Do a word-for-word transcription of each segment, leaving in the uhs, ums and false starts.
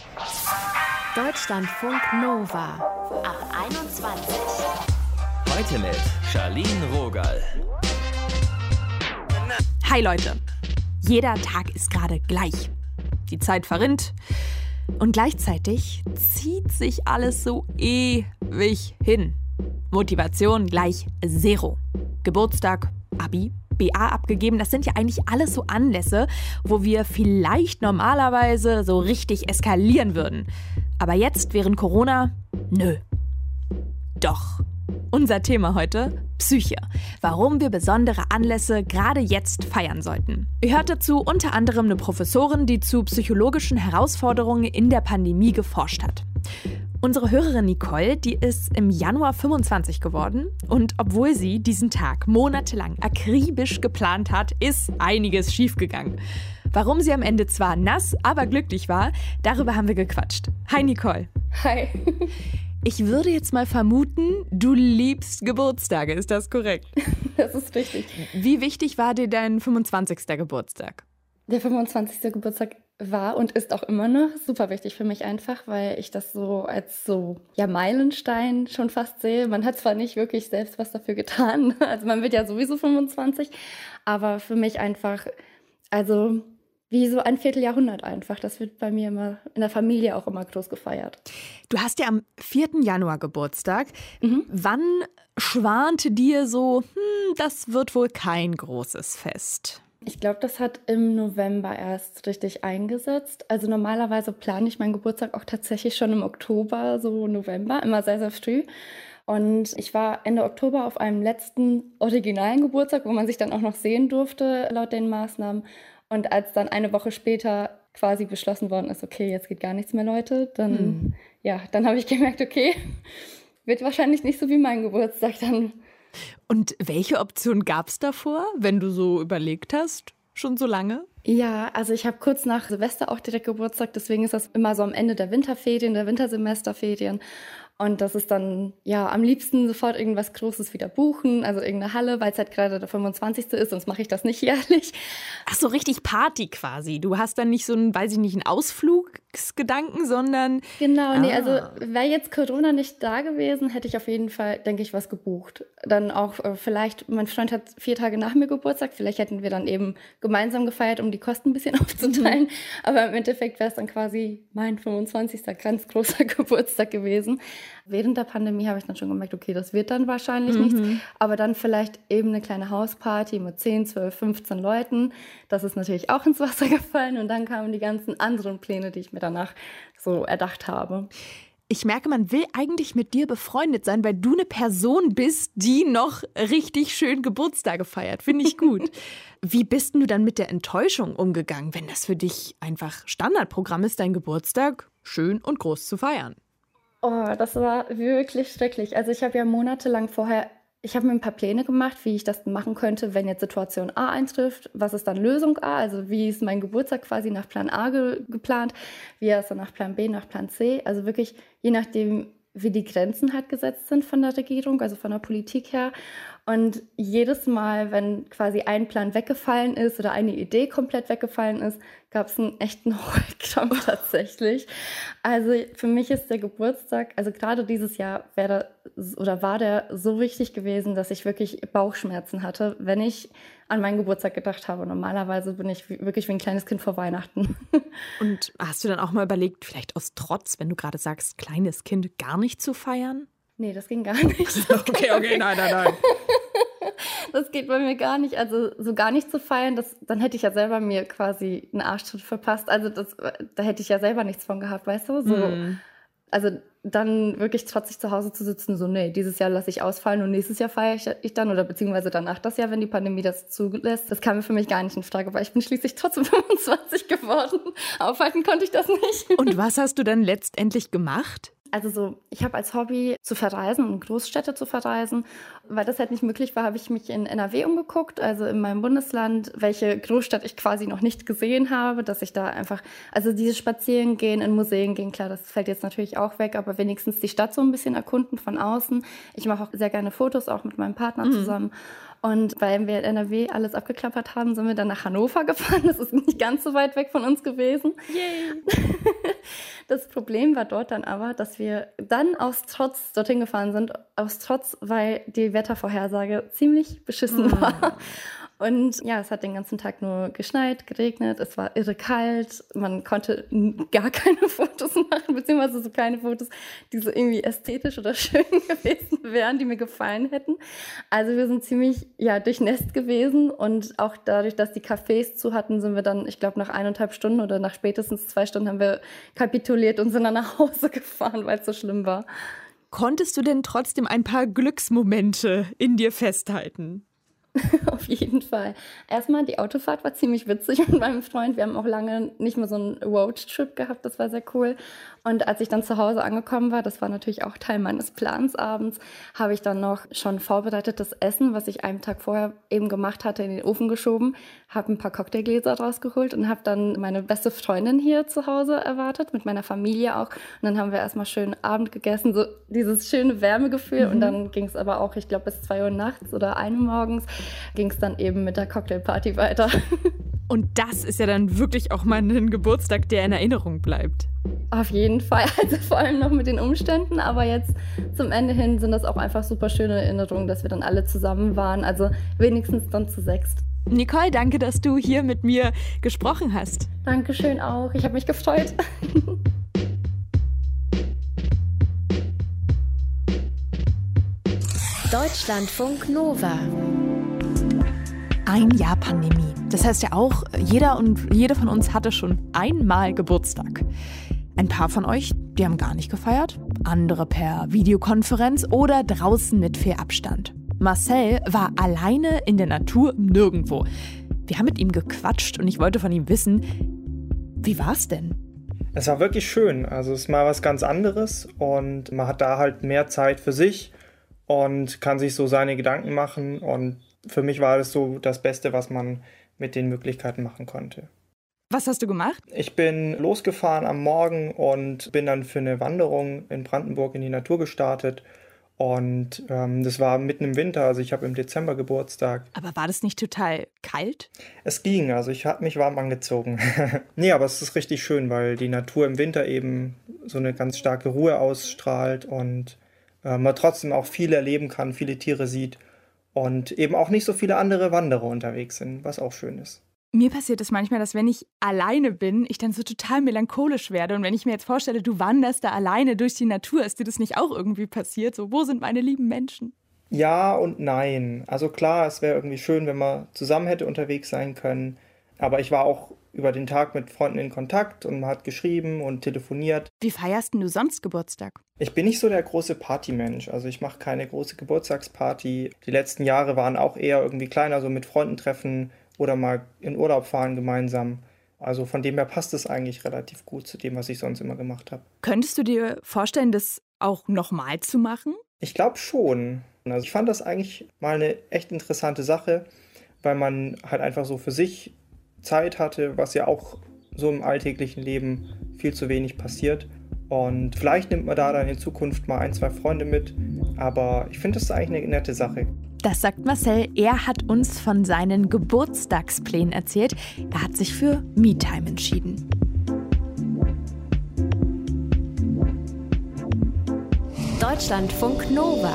Deutschlandfunk Nova ab einundzwanzig. Heute mit Charlene Rogal. Hi Leute, jeder Tag ist gerade gleich. Die Zeit verrinnt und gleichzeitig zieht sich alles so ewig hin. Motivation gleich Zero. Geburtstag, Abi, B A abgegeben, das sind ja eigentlich alles so Anlässe, wo wir vielleicht normalerweise so richtig eskalieren würden. Aber jetzt während Corona, nö. Doch. Unser Thema heute, Psyche. Warum wir besondere Anlässe gerade jetzt feiern sollten. Ihr hört dazu unter anderem eine Professorin, die zu psychologischen Herausforderungen in der Pandemie geforscht hat. Unsere Hörerin Nicole, die ist im Januar fünfundzwanzig geworden und obwohl sie diesen Tag monatelang akribisch geplant hat, ist einiges schiefgegangen. Warum sie am Ende zwar nass, aber glücklich war, darüber haben wir gequatscht. Hi Nicole. Hi. Ich würde jetzt mal vermuten, du liebst Geburtstage, ist das korrekt? Das ist richtig. Wie wichtig war dir dein fünfundzwanzigster Geburtstag? Der fünfundzwanzigste Geburtstag war und ist auch immer noch super wichtig für mich einfach, weil ich das so als so ja Meilenstein schon fast sehe. Man hat zwar nicht wirklich selbst was dafür getan, also man wird ja sowieso fünfundzwanzig, aber für mich einfach, also wie so ein Vierteljahrhundert einfach. Das wird bei mir immer in der Familie auch immer groß gefeiert. Du hast ja am vierten Januar Geburtstag. Mhm. Wann schwante dir so, hm, das wird wohl kein großes Fest? Ich glaube, das hat im November erst richtig eingesetzt. Also normalerweise plane ich meinen Geburtstag auch tatsächlich schon im Oktober, so November, immer sehr, sehr früh. Und ich war Ende Oktober auf einem letzten originalen Geburtstag, wo man sich dann auch noch sehen durfte, laut den Maßnahmen. Und als dann eine Woche später quasi beschlossen worden ist, okay, jetzt geht gar nichts mehr, Leute, dann, hm. ja, dann habe ich gemerkt, okay, wird wahrscheinlich nicht so wie mein Geburtstag dann. Und welche Option gab es davor, wenn du so überlegt hast, schon so lange? Ja, also ich habe kurz nach Silvester auch direkt Geburtstag, deswegen ist das immer so am Ende der Winterferien, der Wintersemesterferien. Und das ist dann, ja, am liebsten sofort irgendwas Großes wieder buchen, also irgendeine Halle, weil es halt gerade der fünfundzwanzigste ist, sonst mache ich das nicht jährlich. Ach so, richtig Party quasi. Du hast dann nicht so einen, weiß ich nicht, einen Ausflugsgedanken, sondern... Genau, ah. nee, also wäre jetzt Corona nicht da gewesen, hätte ich auf jeden Fall, denke ich, was gebucht. Dann auch äh, vielleicht, mein Freund hat vier Tage nach mir Geburtstag, vielleicht hätten wir dann eben gemeinsam gefeiert, um die Kosten ein bisschen aufzuteilen. Mhm. Aber im Endeffekt wäre es dann quasi mein fünfundzwanzigster ganz großer Geburtstag gewesen. Während der Pandemie habe ich dann schon gemerkt, okay, das wird dann wahrscheinlich mhm. nichts. Aber dann vielleicht eben eine kleine Hausparty mit zehn, zwölf, fünfzehn Leuten. Das ist natürlich auch ins Wasser gefallen. Und dann kamen die ganzen anderen Pläne, die ich mir danach so erdacht habe. Ich merke, man will eigentlich mit dir befreundet sein, weil du eine Person bist, die noch richtig schön Geburtstage feiert. Finde ich gut. Wie bist du dann mit der Enttäuschung umgegangen, wenn das für dich einfach Standardprogramm ist, dein Geburtstag schön und groß zu feiern? Oh, das war wirklich schrecklich. Also ich habe ja monatelang vorher, ich habe mir ein paar Pläne gemacht, wie ich das machen könnte, wenn jetzt Situation A eintrifft. Was ist dann Lösung A? Also wie ist mein Geburtstag quasi nach Plan A ge- geplant? Wie ist er nach Plan B, nach Plan C? Also wirklich, je nachdem, wie die Grenzen halt gesetzt sind von der Regierung, also von der Politik her. Und jedes Mal, wenn quasi ein Plan weggefallen ist oder eine Idee komplett weggefallen ist, gab es einen echten Heulkrampf tatsächlich. Also für mich ist der Geburtstag, also gerade dieses Jahr wäre oder war der so wichtig gewesen, dass ich wirklich Bauchschmerzen hatte, wenn ich an meinen Geburtstag gedacht habe. Normalerweise bin ich wirklich wie ein kleines Kind vor Weihnachten. Und hast du dann auch mal überlegt, vielleicht aus Trotz, wenn du gerade sagst, kleines Kind, gar nicht zu feiern? Nee, das ging gar nicht. Okay, okay, nein, nein, nein. Das geht bei mir gar nicht. Also so gar nicht zu feiern, das, dann hätte ich ja selber mir quasi einen Arschtritt verpasst. Also das, da hätte ich ja selber nichts von gehabt, weißt du? So, mm. Also dann wirklich trotzig zu Hause zu sitzen, so nee, dieses Jahr lasse ich ausfallen und nächstes Jahr feiere ich, ich dann oder beziehungsweise danach das Jahr, wenn die Pandemie das zulässt. Das kam mir für mich gar nicht in Frage, weil ich bin schließlich trotzdem fünfundzwanzig geworden. Aufhalten konnte ich das nicht. Und was hast du dann letztendlich gemacht? Also so, ich habe als Hobby zu verreisen und Großstädte zu verreisen. Weil das halt nicht möglich war, habe ich mich in N R W umgeguckt, also in meinem Bundesland, welche Großstadt ich quasi noch nicht gesehen habe, dass ich da einfach, also dieses Spazierengehen, in Museen gehen, klar, das fällt jetzt natürlich auch weg, aber wenigstens die Stadt so ein bisschen erkunden von außen. Ich mache auch sehr gerne Fotos, auch mit meinem Partner mhm. zusammen. Und weil wir in N R W alles abgeklappert haben, sind wir dann nach Hannover gefahren. Das ist nicht ganz so weit weg von uns gewesen. Yay! Das Problem war dort dann aber, dass wir dann aus Trotz dorthin gefahren sind, aus Trotz, weil die Wettervorhersage ziemlich beschissen mm. war. Und ja, es hat den ganzen Tag nur geschneit, geregnet, es war irre kalt, man konnte gar keine Fotos machen, beziehungsweise so keine Fotos, die so irgendwie ästhetisch oder schön gewesen wären, die mir gefallen hätten. Also wir sind ziemlich ja, durchnässt gewesen und auch dadurch, dass die Cafés zu hatten, sind wir dann, ich glaube, nach eineinhalb Stunden oder nach spätestens zwei Stunden haben wir kapituliert und sind dann nach Hause gefahren, weil es so schlimm war. Konntest du denn trotzdem ein paar Glücksmomente in dir festhalten? Auf jeden Fall. Erstmal, die Autofahrt war ziemlich witzig mit meinem Freund. Wir haben auch lange nicht mehr so einen Roadtrip gehabt, das war sehr cool. Und als ich dann zu Hause angekommen war, das war natürlich auch Teil meines Plans abends, habe ich dann noch schon vorbereitetes Essen, was ich einen Tag vorher eben gemacht hatte, in den Ofen geschoben, habe ein paar Cocktailgläser rausgeholt und habe dann meine beste Freundin hier zu Hause erwartet, mit meiner Familie auch. Und dann haben wir erstmal schön Abend gegessen, so dieses schöne Wärmegefühl. Mhm. Und dann ging es aber auch, ich glaube, bis zwei Uhr nachts oder ein Uhr morgens ging es dann eben mit der Cocktailparty weiter. Und das ist ja dann wirklich auch mal ein Geburtstag, der in Erinnerung bleibt. Auf jeden Fall, also vor allem noch mit den Umständen, aber jetzt zum Ende hin sind das auch einfach super schöne Erinnerungen, dass wir dann alle zusammen waren, also wenigstens dann zu sechst. Nicole, danke, dass du hier mit mir gesprochen hast. Dankeschön auch, ich habe mich gefreut. Deutschlandfunk Nova. Ein Jahr Pandemie. Das heißt ja auch, jeder und jede von uns hatte schon einmal Geburtstag. Ein paar von euch, die haben gar nicht gefeiert, andere per Videokonferenz oder draußen mit viel Abstand. Marcel war alleine in der Natur nirgendwo. Wir haben mit ihm gequatscht und ich wollte von ihm wissen, wie war's denn? Es war wirklich schön. Also es ist mal was ganz anderes und man hat da halt mehr Zeit für sich und kann sich so seine Gedanken machen. Und für mich war das so das Beste, was man mit den Möglichkeiten machen konnte. Was hast du gemacht? Ich bin losgefahren am Morgen und bin dann für eine Wanderung in Brandenburg in die Natur gestartet. Und ähm, das war mitten im Winter, also ich habe im Dezember Geburtstag. Aber war das nicht total kalt? Es ging, also ich habe mich warm angezogen. Nee, aber es ist richtig schön, weil die Natur im Winter eben so eine ganz starke Ruhe ausstrahlt und äh, man trotzdem auch viel erleben kann, viele Tiere sieht und eben auch nicht so viele andere Wanderer unterwegs sind, was auch schön ist. Mir passiert es manchmal, dass wenn ich alleine bin, ich dann so total melancholisch werde. Und wenn ich mir jetzt vorstelle, du wanderst da alleine durch die Natur, ist dir das nicht auch irgendwie passiert? So, wo sind meine lieben Menschen? Ja und nein. Also klar, es wäre irgendwie schön, wenn man zusammen hätte unterwegs sein können. Aber ich war auch über den Tag mit Freunden in Kontakt und man hat geschrieben und telefoniert. Wie feierst denn du sonst Geburtstag? Ich bin nicht so der große Partymensch. Also ich mache keine große Geburtstagsparty. Die letzten Jahre waren auch eher irgendwie kleiner, so mit Freunden treffen oder mal in Urlaub fahren gemeinsam. Also von dem her passt es eigentlich relativ gut zu dem, was ich sonst immer gemacht habe. Könntest du dir vorstellen, das auch nochmal zu machen? Ich glaube schon. Also ich fand das eigentlich mal eine echt interessante Sache, weil man halt einfach so für sich Zeit hatte, was ja auch so im alltäglichen Leben viel zu wenig passiert. Und vielleicht nimmt man da dann in Zukunft mal ein, zwei Freunde mit. Aber ich finde, das ist eigentlich eine nette Sache. Das sagt Marcel. Er hat uns von seinen Geburtstagsplänen erzählt. Er hat sich für Me-Time entschieden. Deutschlandfunk Nova.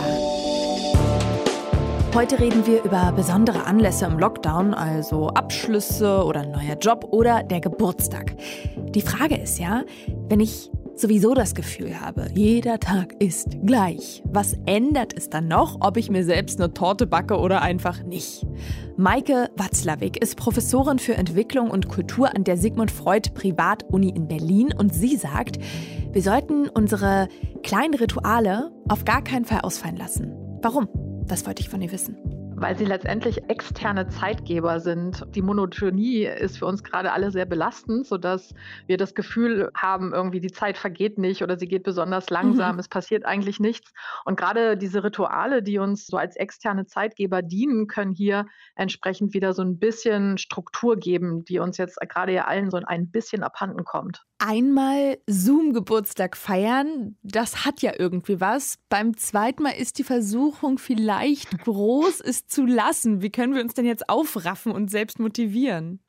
Heute reden wir über besondere Anlässe im Lockdown, also Abschlüsse oder ein neuer Job oder der Geburtstag. Die Frage ist ja, wenn ich sowieso das Gefühl habe, jeder Tag ist gleich. Was ändert es dann noch, ob ich mir selbst eine Torte backe oder einfach nicht? Maike Watzlawick ist Professorin für Entwicklung und Kultur an der Sigmund Freud Privatuni in Berlin und sie sagt, wir sollten unsere kleinen Rituale auf gar keinen Fall ausfallen lassen. Warum? Das wollte ich von ihr wissen. Weil sie letztendlich externe Zeitgeber sind. Die Monotonie ist für uns gerade alle sehr belastend, sodass wir das Gefühl haben, irgendwie die Zeit vergeht nicht oder sie geht besonders langsam, mhm. Es passiert eigentlich nichts. Und gerade diese Rituale, die uns so als externe Zeitgeber dienen, können hier entsprechend wieder so ein bisschen Struktur geben, die uns jetzt gerade ja allen so ein bisschen abhanden kommt. Einmal Zoom-Geburtstag feiern, das hat ja irgendwie was. Beim zweiten Mal ist die Versuchung vielleicht groß, es zu lassen. Wie können wir uns denn jetzt aufraffen und selbst motivieren?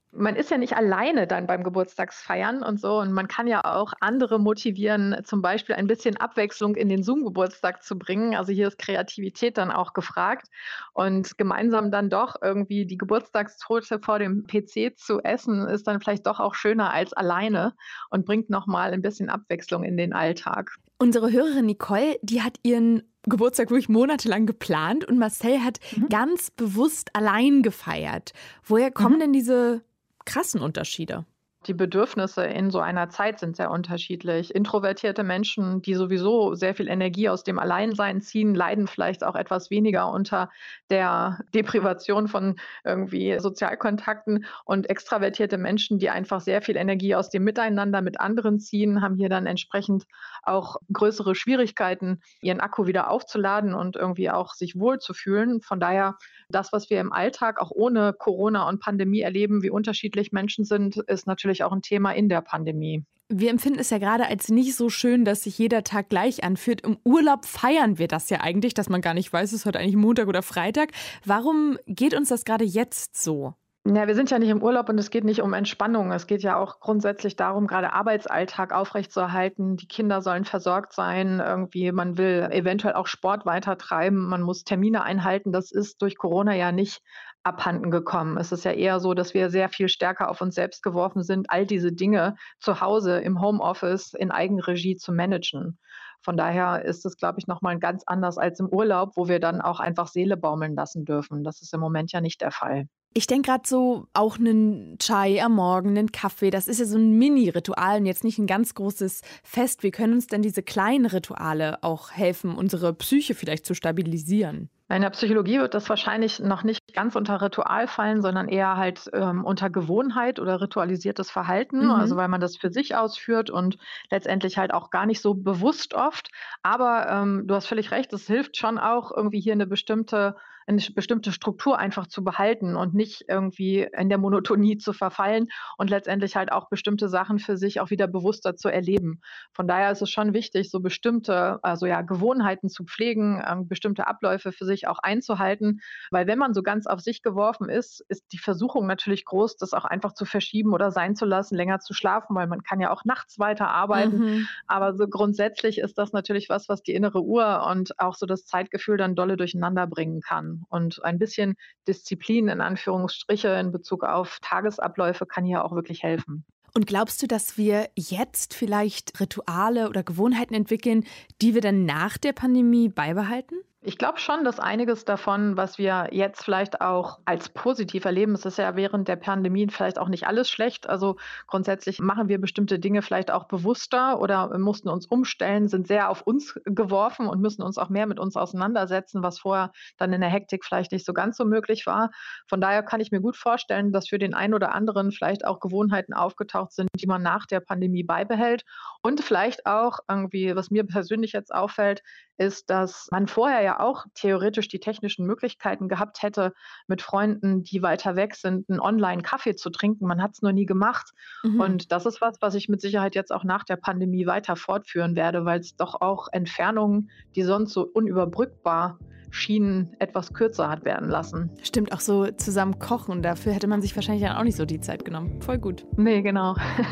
Man ist ja nicht alleine dann beim Geburtstagsfeiern und so. Und man kann ja auch andere motivieren, zum Beispiel ein bisschen Abwechslung in den Zoom-Geburtstag zu bringen. Also hier ist Kreativität dann auch gefragt. Und gemeinsam dann doch irgendwie die Geburtstagstorte vor dem P C zu essen, ist dann vielleicht doch auch schöner als alleine und bringt nochmal ein bisschen Abwechslung in den Alltag. Unsere Hörerin Nicole, die hat ihren Geburtstag wirklich monatelang geplant und Marcel hat mhm. ganz bewusst allein gefeiert. Woher kommen mhm. denn diese krassen Unterschiede? Die Bedürfnisse in so einer Zeit sind sehr unterschiedlich. Introvertierte Menschen, die sowieso sehr viel Energie aus dem Alleinsein ziehen, leiden vielleicht auch etwas weniger unter der Deprivation von irgendwie Sozialkontakten. Und extravertierte Menschen, die einfach sehr viel Energie aus dem Miteinander mit anderen ziehen, haben hier dann entsprechend auch größere Schwierigkeiten, ihren Akku wieder aufzuladen und irgendwie auch sich wohlzufühlen. Von daher, das, was wir im Alltag auch ohne Corona und Pandemie erleben, wie unterschiedlich Menschen sind, ist natürlich auch ein Thema in der Pandemie. Wir empfinden es ja gerade als nicht so schön, dass sich jeder Tag gleich anfühlt. Im Urlaub feiern wir das ja eigentlich, dass man gar nicht weiß, ist heute eigentlich Montag oder Freitag. Warum geht uns das gerade jetzt so? Ja, wir sind ja nicht im Urlaub und es geht nicht um Entspannung. Es geht ja auch grundsätzlich darum, gerade Arbeitsalltag aufrechtzuerhalten. Die Kinder sollen versorgt sein. Irgendwie, man will eventuell auch Sport weitertreiben. Man muss Termine einhalten. Das ist durch Corona ja nicht abhanden gekommen. Es ist ja eher so, dass wir sehr viel stärker auf uns selbst geworfen sind, all diese Dinge zu Hause im Homeoffice in Eigenregie zu managen. Von daher ist es, glaube ich, nochmal ganz anders als im Urlaub, wo wir dann auch einfach Seele baumeln lassen dürfen. Das ist im Moment ja nicht der Fall. Ich denke gerade so, auch einen Chai am Morgen, einen Kaffee, das ist ja so ein Mini-Ritual und jetzt nicht ein ganz großes Fest. Wie können uns denn diese kleinen Rituale auch helfen, unsere Psyche vielleicht zu stabilisieren? In der Psychologie wird das wahrscheinlich noch nicht ganz unter Ritual fallen, sondern eher halt ähm, unter Gewohnheit oder ritualisiertes Verhalten, mhm. also weil man das für sich ausführt und letztendlich halt auch gar nicht so bewusst oft. Aber ähm, du hast völlig recht, es hilft schon auch irgendwie hier eine bestimmte eine bestimmte Struktur einfach zu behalten und nicht irgendwie in der Monotonie zu verfallen und letztendlich halt auch bestimmte Sachen für sich auch wieder bewusster zu erleben. Von daher ist es schon wichtig, so bestimmte, also ja, Gewohnheiten zu pflegen, ähm, bestimmte Abläufe für sich auch einzuhalten, weil wenn man so ganz auf sich geworfen ist, ist die Versuchung natürlich groß, das auch einfach zu verschieben oder sein zu lassen, länger zu schlafen, weil man kann ja auch nachts weiter arbeiten. Mhm. Aber so grundsätzlich ist das natürlich was, was die innere Uhr und auch so das Zeitgefühl dann dolle durcheinander bringen kann. Und ein bisschen Disziplin in Anführungsstriche in Bezug auf Tagesabläufe kann hier auch wirklich helfen. Und glaubst du, dass wir jetzt vielleicht Rituale oder Gewohnheiten entwickeln, die wir dann nach der Pandemie beibehalten? Ich glaube schon, dass einiges davon, was wir jetzt vielleicht auch als positiv erleben, es ist ja während der Pandemie vielleicht auch nicht alles schlecht. Also grundsätzlich machen wir bestimmte Dinge vielleicht auch bewusster oder mussten uns umstellen, sind sehr auf uns geworfen und müssen uns auch mehr mit uns auseinandersetzen, was vorher dann in der Hektik vielleicht nicht so ganz so möglich war. Von daher kann ich mir gut vorstellen, dass für den einen oder anderen vielleicht auch Gewohnheiten aufgetaucht sind, die man nach der Pandemie beibehält. Und vielleicht auch irgendwie, was mir persönlich jetzt auffällt, ist, dass man vorher ja auch theoretisch die technischen Möglichkeiten gehabt hätte, mit Freunden, die weiter weg sind, einen Online-Kaffee zu trinken. Man hat es noch nie gemacht. Mhm. Und das ist was, was ich mit Sicherheit jetzt auch nach der Pandemie weiter fortführen werde, weil es doch auch Entfernungen, die sonst so unüberbrückbar schienen, etwas kürzer hat werden lassen. Stimmt, auch so zusammen kochen. Dafür hätte man sich wahrscheinlich dann auch nicht so die Zeit genommen. Voll gut. Nee, genau.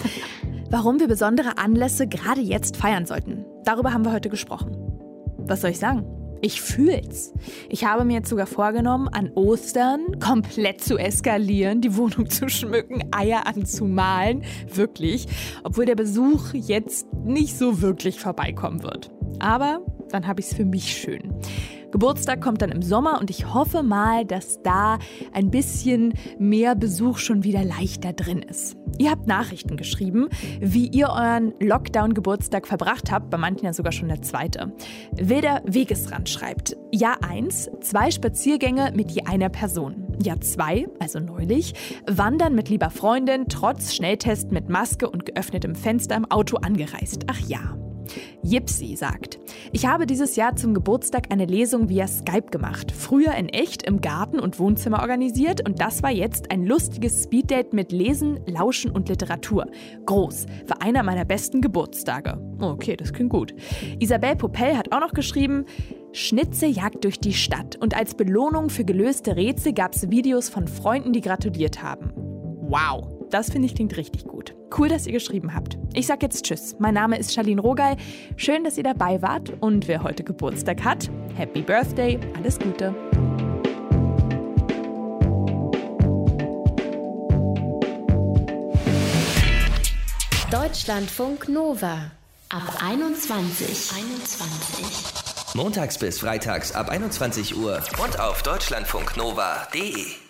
Warum wir besondere Anlässe gerade jetzt feiern sollten, darüber haben wir heute gesprochen. Was soll ich sagen? Ich fühl's. Ich habe mir jetzt sogar vorgenommen, an Ostern komplett zu eskalieren, die Wohnung zu schmücken, Eier anzumalen. Wirklich. Obwohl der Besuch jetzt nicht so wirklich vorbeikommen wird. Aber dann habe ich es für mich schön. Geburtstag kommt dann im Sommer und ich hoffe mal, dass da ein bisschen mehr Besuch schon wieder leichter drin ist. Ihr habt Nachrichten geschrieben, wie ihr euren Lockdown-Geburtstag verbracht habt, bei manchen ja sogar schon der zweite. Wilder Wegesrand schreibt, Jahr eins, zwei Spaziergänge mit je einer Person. Jahr zwei, also neulich, Wandern mit lieber Freundin, trotz Schnelltest mit Maske und geöffnetem Fenster im Auto angereist. Ach ja. Jipsi sagt, ich habe dieses Jahr zum Geburtstag eine Lesung via Skype gemacht. Früher in echt im Garten und Wohnzimmer organisiert und das war jetzt ein lustiges Speeddate mit Lesen, Lauschen und Literatur. Groß, war einer meiner besten Geburtstage. Okay, das klingt gut. Isabel Popel hat auch noch geschrieben, Schnitzejagd durch die Stadt und als Belohnung für gelöste Rätsel gab es Videos von Freunden, die gratuliert haben. Wow, das finde ich klingt richtig gut. Cool, dass ihr geschrieben habt. Ich sag jetzt Tschüss. Mein Name ist Charlene Rogal. Schön, dass ihr dabei wart. Und wer heute Geburtstag hat, Happy Birthday, alles Gute. Deutschlandfunk Nova. Ab einundzwanzig. einundzwanzig. Montags bis freitags ab einundzwanzig Uhr und auf deutschlandfunknova punkt de.